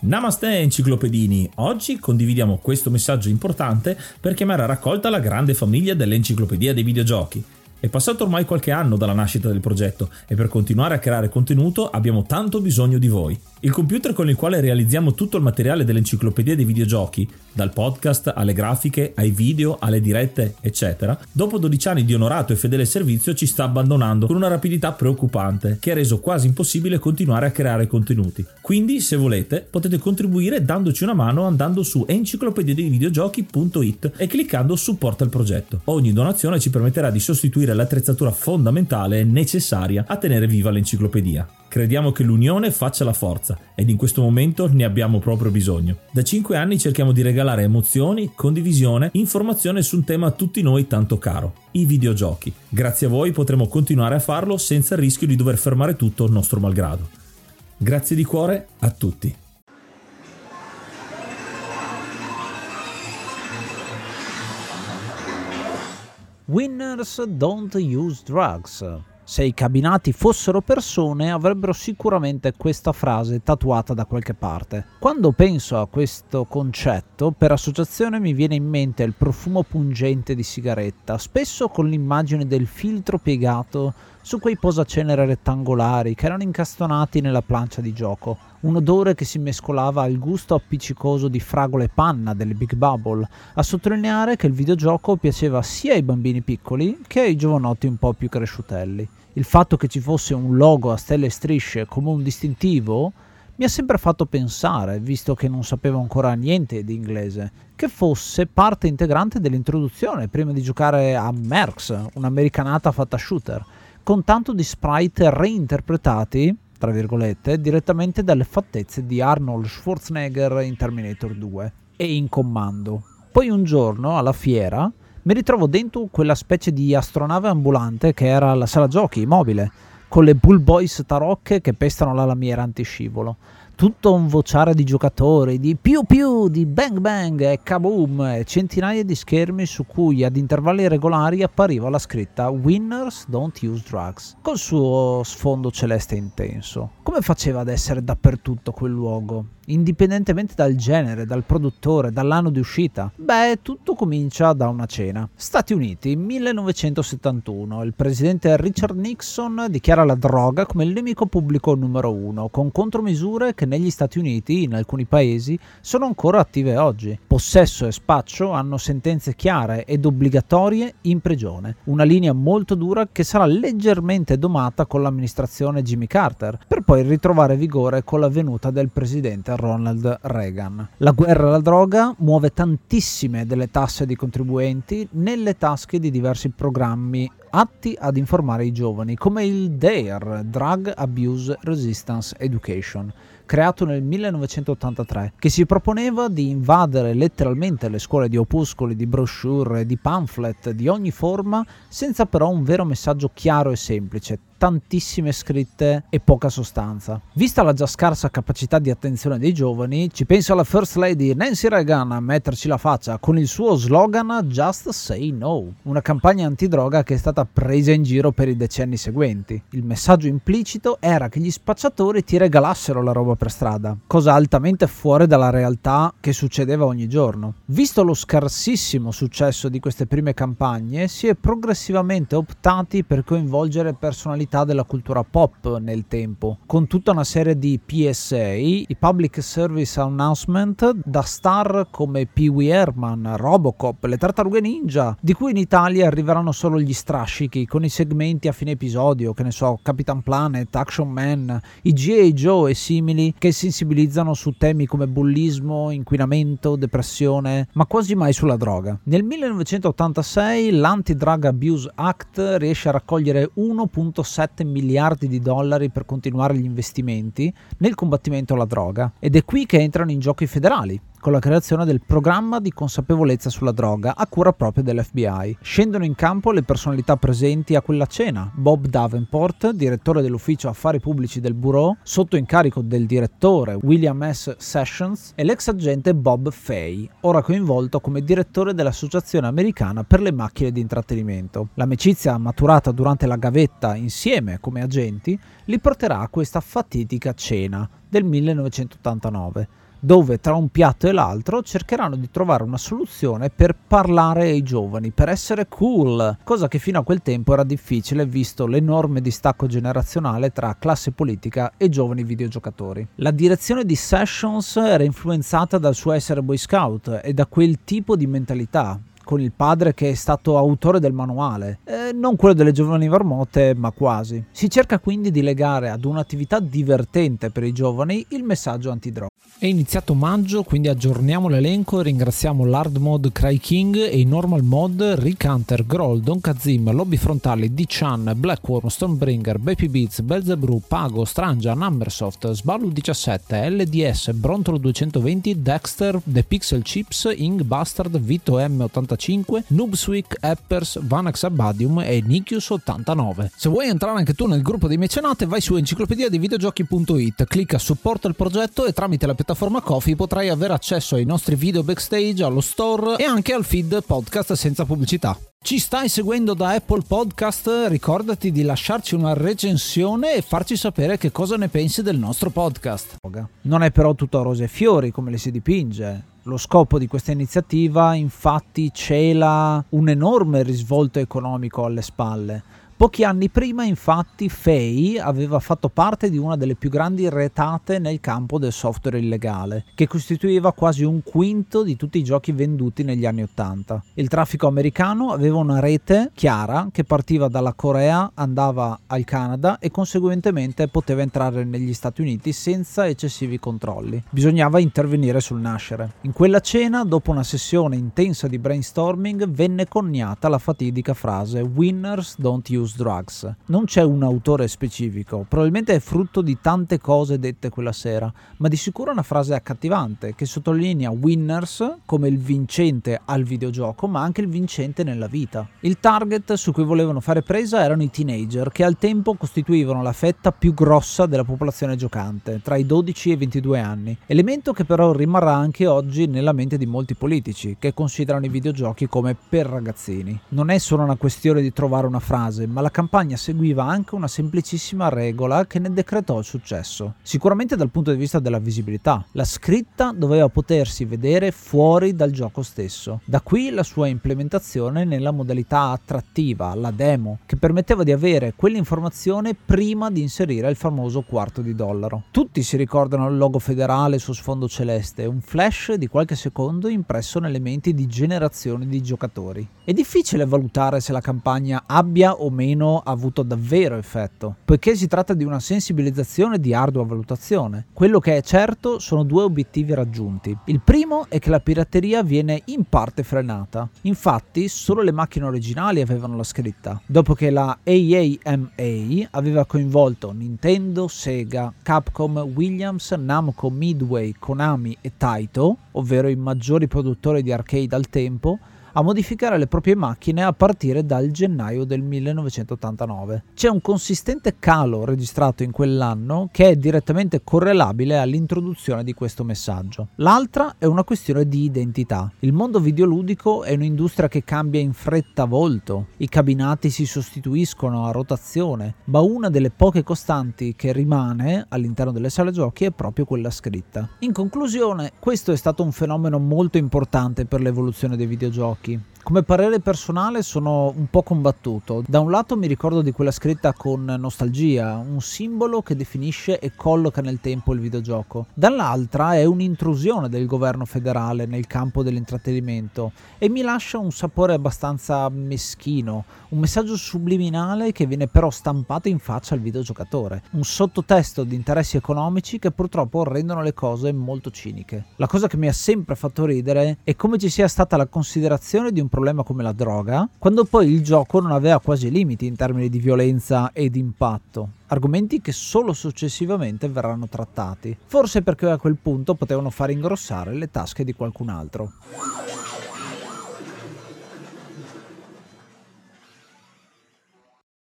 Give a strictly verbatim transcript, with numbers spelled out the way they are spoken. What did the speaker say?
Namaste enciclopedini, oggi condividiamo questo messaggio importante per chiamare a raccolta la grande famiglia dell'Enciclopedia dei Videogiochi. È passato ormai qualche anno dalla nascita del progetto e per continuare a creare contenuto abbiamo tanto bisogno di voi. Il computer con il quale realizziamo tutto il materiale dell'Enciclopedia dei Videogiochi, dal podcast alle grafiche, ai video, alle dirette, eccetera, dopo dodici anni di onorato e fedele servizio ci sta abbandonando con una rapidità preoccupante che ha reso quasi impossibile continuare a creare contenuti. Quindi, se volete, potete contribuire dandoci una mano andando su enciclopedia dei videogiochi punto it e cliccando supporta il progetto. Ogni donazione ci permetterà di sostituire l'attrezzatura fondamentale e necessaria a tenere viva l'enciclopedia. Crediamo che l'unione faccia la forza ed in questo momento ne abbiamo proprio bisogno. Da cinque anni cerchiamo di regalare emozioni, condivisione, informazione su un tema a tutti noi tanto caro, i videogiochi. Grazie a voi potremo continuare a farlo senza il rischio di dover fermare tutto il nostro malgrado. Grazie di cuore a tutti. Winners don't use drugs. Se i cabinati fossero persone avrebbero sicuramente questa frase tatuata da qualche parte. Quando penso a questo concetto, per associazione mi viene in mente il profumo pungente di sigaretta, spesso con l'immagine del filtro piegato su quei posacenere rettangolari che erano incastonati nella plancia di gioco. Un odore che si mescolava al gusto appiccicoso di fragole e panna delle Big Bubble, a sottolineare che il videogioco piaceva sia ai bambini piccoli che ai giovanotti un po' più cresciutelli. Il fatto che ci fosse un logo a stelle e strisce come un distintivo mi ha sempre fatto pensare, visto che non sapevo ancora niente di inglese, che fosse parte integrante dell'introduzione prima di giocare a Mercs, un'americanata fatta shooter, con tanto di sprite reinterpretati, tra virgolette, direttamente dalle fattezze di Arnold Schwarzenegger in Terminator due e in Commando. Poi un giorno, alla fiera, mi ritrovo dentro quella specie di astronave ambulante che era la sala giochi mobile, con le Bull Boys tarocche che pestano la lamiera antiscivolo. Tutto un vociare di giocatori, di più più, di bang bang e kaboom e centinaia di schermi su cui ad intervalli regolari appariva la scritta Winners don't use drugs, col suo sfondo celeste intenso. Come faceva ad essere dappertutto quel luogo? Indipendentemente dal genere, dal produttore, dall'anno di uscita? Beh, tutto comincia da una cena. Stati Uniti, millenovecentosettantuno. Il presidente Richard Nixon dichiara la droga come il nemico pubblico numero uno, con contromisure che negli Stati Uniti, in alcuni paesi, sono ancora attive oggi. Possesso e spaccio hanno sentenze chiare ed obbligatorie in prigione. Una linea molto dura che sarà leggermente domata con l'amministrazione Jimmy Carter, per poi ritrovare vigore con la venuta del presidente Ronald Reagan. La guerra alla droga muove tantissime delle tasse dei contribuenti nelle tasche di diversi programmi atti ad informare i giovani, come il D A R E, Drug Abuse Resistance Education, creato nel millenovecentottantatré, che si proponeva di invadere letteralmente le scuole di opuscoli, di brochure, di pamphlet di ogni forma, senza però un vero messaggio chiaro e semplice, tantissime scritte e poca sostanza. Vista la già scarsa capacità di attenzione dei giovani, ci pensa la First Lady Nancy Reagan a metterci la faccia con il suo slogan Just Say No, una campagna antidroga che è stata presa in giro per i decenni seguenti. Il messaggio implicito era che gli spacciatori ti regalassero la roba per strada, cosa altamente fuori dalla realtà che succedeva ogni giorno. Visto lo scarsissimo successo di queste prime campagne, si è progressivamente optati per coinvolgere personalità della cultura pop nel tempo, con tutta una serie di P S A, i Public Service Announcement, da star come Pee Wee Herman, Robocop, le Tartarughe Ninja, di cui in Italia arriveranno solo gli strascichi con i segmenti a fine episodio, che ne so, Capitan Planet, Action Man, i G I Joe e simili, che sensibilizzano su temi come bullismo, inquinamento, depressione, ma quasi mai sulla droga. Nel millenovecentottantasei l'Anti-Drug Abuse Act riesce a raccogliere uno virgola sette miliardi di dollari per continuare gli investimenti nel combattimento alla droga, ed è qui che entrano in gioco i federali, con la creazione del programma di consapevolezza sulla droga a cura proprio dell'F B I. Scendono in campo le personalità presenti a quella cena: Bob Davenport, direttore dell'ufficio affari pubblici del Bureau, sotto incarico del direttore William S. Sessions, e l'ex agente Bob Fay, ora coinvolto come direttore dell'Associazione Americana per le Macchine di Intrattenimento. L'amicizia maturata durante la gavetta insieme come agenti li porterà a questa fatidica cena del millenovecentottantanove. dove tra un piatto e l'altro cercheranno di trovare una soluzione per parlare ai giovani, per essere cool, cosa che fino a quel tempo era difficile visto l'enorme distacco generazionale tra classe politica e giovani videogiocatori. La direzione di Sessions era influenzata dal suo essere boy scout e da quel tipo di mentalità, con il padre che è stato autore del manuale, eh, non quello delle giovani marmotte, ma quasi. Si cerca quindi di legare ad un'attività divertente per i giovani il messaggio antidroga. È iniziato maggio, quindi aggiorniamo l'elenco e ringraziamo l'hard mod Cry King e i normal mod Rick Hunter, Groll, Don Kazim, Lobby Frontali, D-Chan, Blackworm, Stonebringer, Baby Beats, Belzebrew, Pago, Strangia, Numbersoft, Sballu diciassette, L D S, Brontolo duecentoventi, Dexter, The Pixel Chips, Ing Bastard, Vito M ottantacinque, Noobswick, Eppers, Vanax Abadium e Nikius ottantanove. Se vuoi entrare anche tu nel gruppo dei mecenate, vai su enciclopedia dei videogiochi punto it, clicca supporta il progetto e tramite la piattaforma Ko-fi potrai avere accesso ai nostri video backstage, allo store e anche al feed podcast senza pubblicità. Ci stai seguendo da Apple Podcast? Ricordati di lasciarci una recensione e farci sapere che cosa ne pensi del nostro podcast. Non è però tutto rose e fiori come le si dipinge. Lo scopo di questa iniziativa infatti cela un enorme risvolto economico alle spalle. Pochi anni prima, infatti, Fei aveva fatto parte di una delle più grandi retate nel campo del software illegale, che costituiva quasi un quinto di tutti i giochi venduti negli anni Ottanta. Il traffico americano aveva una rete chiara che partiva dalla Corea, andava al Canada e conseguentemente poteva entrare negli Stati Uniti senza eccessivi controlli. Bisognava intervenire sul nascere. In quella cena, dopo una sessione intensa di brainstorming, venne coniata la fatidica frase "Winners don't use drugs". Non c'è un autore specifico, probabilmente è frutto di tante cose dette quella sera, ma di sicuro è una frase accattivante che sottolinea winners come il vincente al videogioco, ma anche il vincente nella vita. Il target su cui volevano fare presa erano i teenager, che al tempo costituivano la fetta più grossa della popolazione giocante, tra i dodici e i ventidue anni, elemento che però rimarrà anche oggi nella mente di molti politici, che considerano i videogiochi come per ragazzini. Non è solo una questione di trovare una frase, ma la campagna seguiva anche una semplicissima regola che ne decretò il successo. Sicuramente dal punto di vista della visibilità, la scritta doveva potersi vedere fuori dal gioco stesso. Da qui la sua implementazione nella modalità attrattiva, la demo, che permetteva di avere quell'informazione prima di inserire il famoso quarto di dollaro. Tutti si ricordano il logo federale su sfondo celeste, un flash di qualche secondo impresso nelle menti di generazioni di giocatori. È difficile valutare se la campagna abbia o meno avuto davvero effetto, poiché si tratta di una sensibilizzazione di ardua valutazione. Quello che è certo sono due obiettivi raggiunti. Il primo è che la pirateria viene in parte frenata. Infatti solo le macchine originali avevano la scritta, dopo che la A A M A aveva coinvolto Nintendo, Sega, Capcom, Williams, Namco, Midway, Konami e Taito, ovvero i maggiori produttori di arcade al tempo, a modificare le proprie macchine a partire dal gennaio del millenovecentottantanove. C'è un consistente calo registrato in quell'anno che è direttamente correlabile all'introduzione di questo messaggio. L'altra è una questione di identità. Il mondo videoludico è un'industria che cambia in fretta volto, i cabinati si sostituiscono a rotazione, ma una delle poche costanti che rimane all'interno delle sale giochi è proprio quella scritta. In conclusione, questo è stato un fenomeno molto importante per l'evoluzione dei videogiochi. Come parere personale sono un po' combattuto. Da un lato mi ricordo di quella scritta con nostalgia, un simbolo che definisce e colloca nel tempo il videogioco. Dall'altra è un'intrusione del governo federale nel campo dell'intrattenimento e mi lascia un sapore abbastanza meschino, un messaggio subliminale che viene però stampato in faccia al videogiocatore, un sottotesto di interessi economici che purtroppo rendono le cose molto ciniche. La cosa che mi ha sempre fatto ridere è come ci sia stata la considerazione di un problema come la droga, quando poi il gioco non aveva quasi limiti in termini di violenza e di impatto, argomenti che solo successivamente verranno trattati, forse perché a quel punto potevano far ingrossare le tasche di qualcun altro.